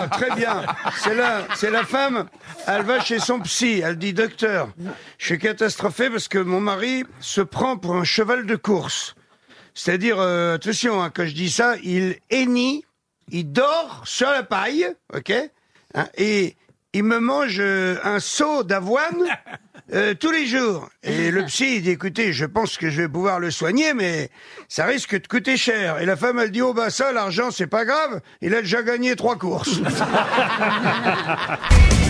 Ah, très bien. C'est la femme, elle va chez son psy, elle dit, docteur, je suis catastrophé parce que mon mari se prend pour un cheval de course. C'est-à-dire, attention, hein, quand je dis ça, il hennit, il dort sur la paille, ok, hein, et il me mange un seau d'avoine tous les jours. Et le psy, il dit, écoutez, je pense que je vais pouvoir le soigner, mais ça risque de coûter cher. Et la femme, elle dit, oh bah ça, l'argent, c'est pas grave, il a déjà gagné 3 courses.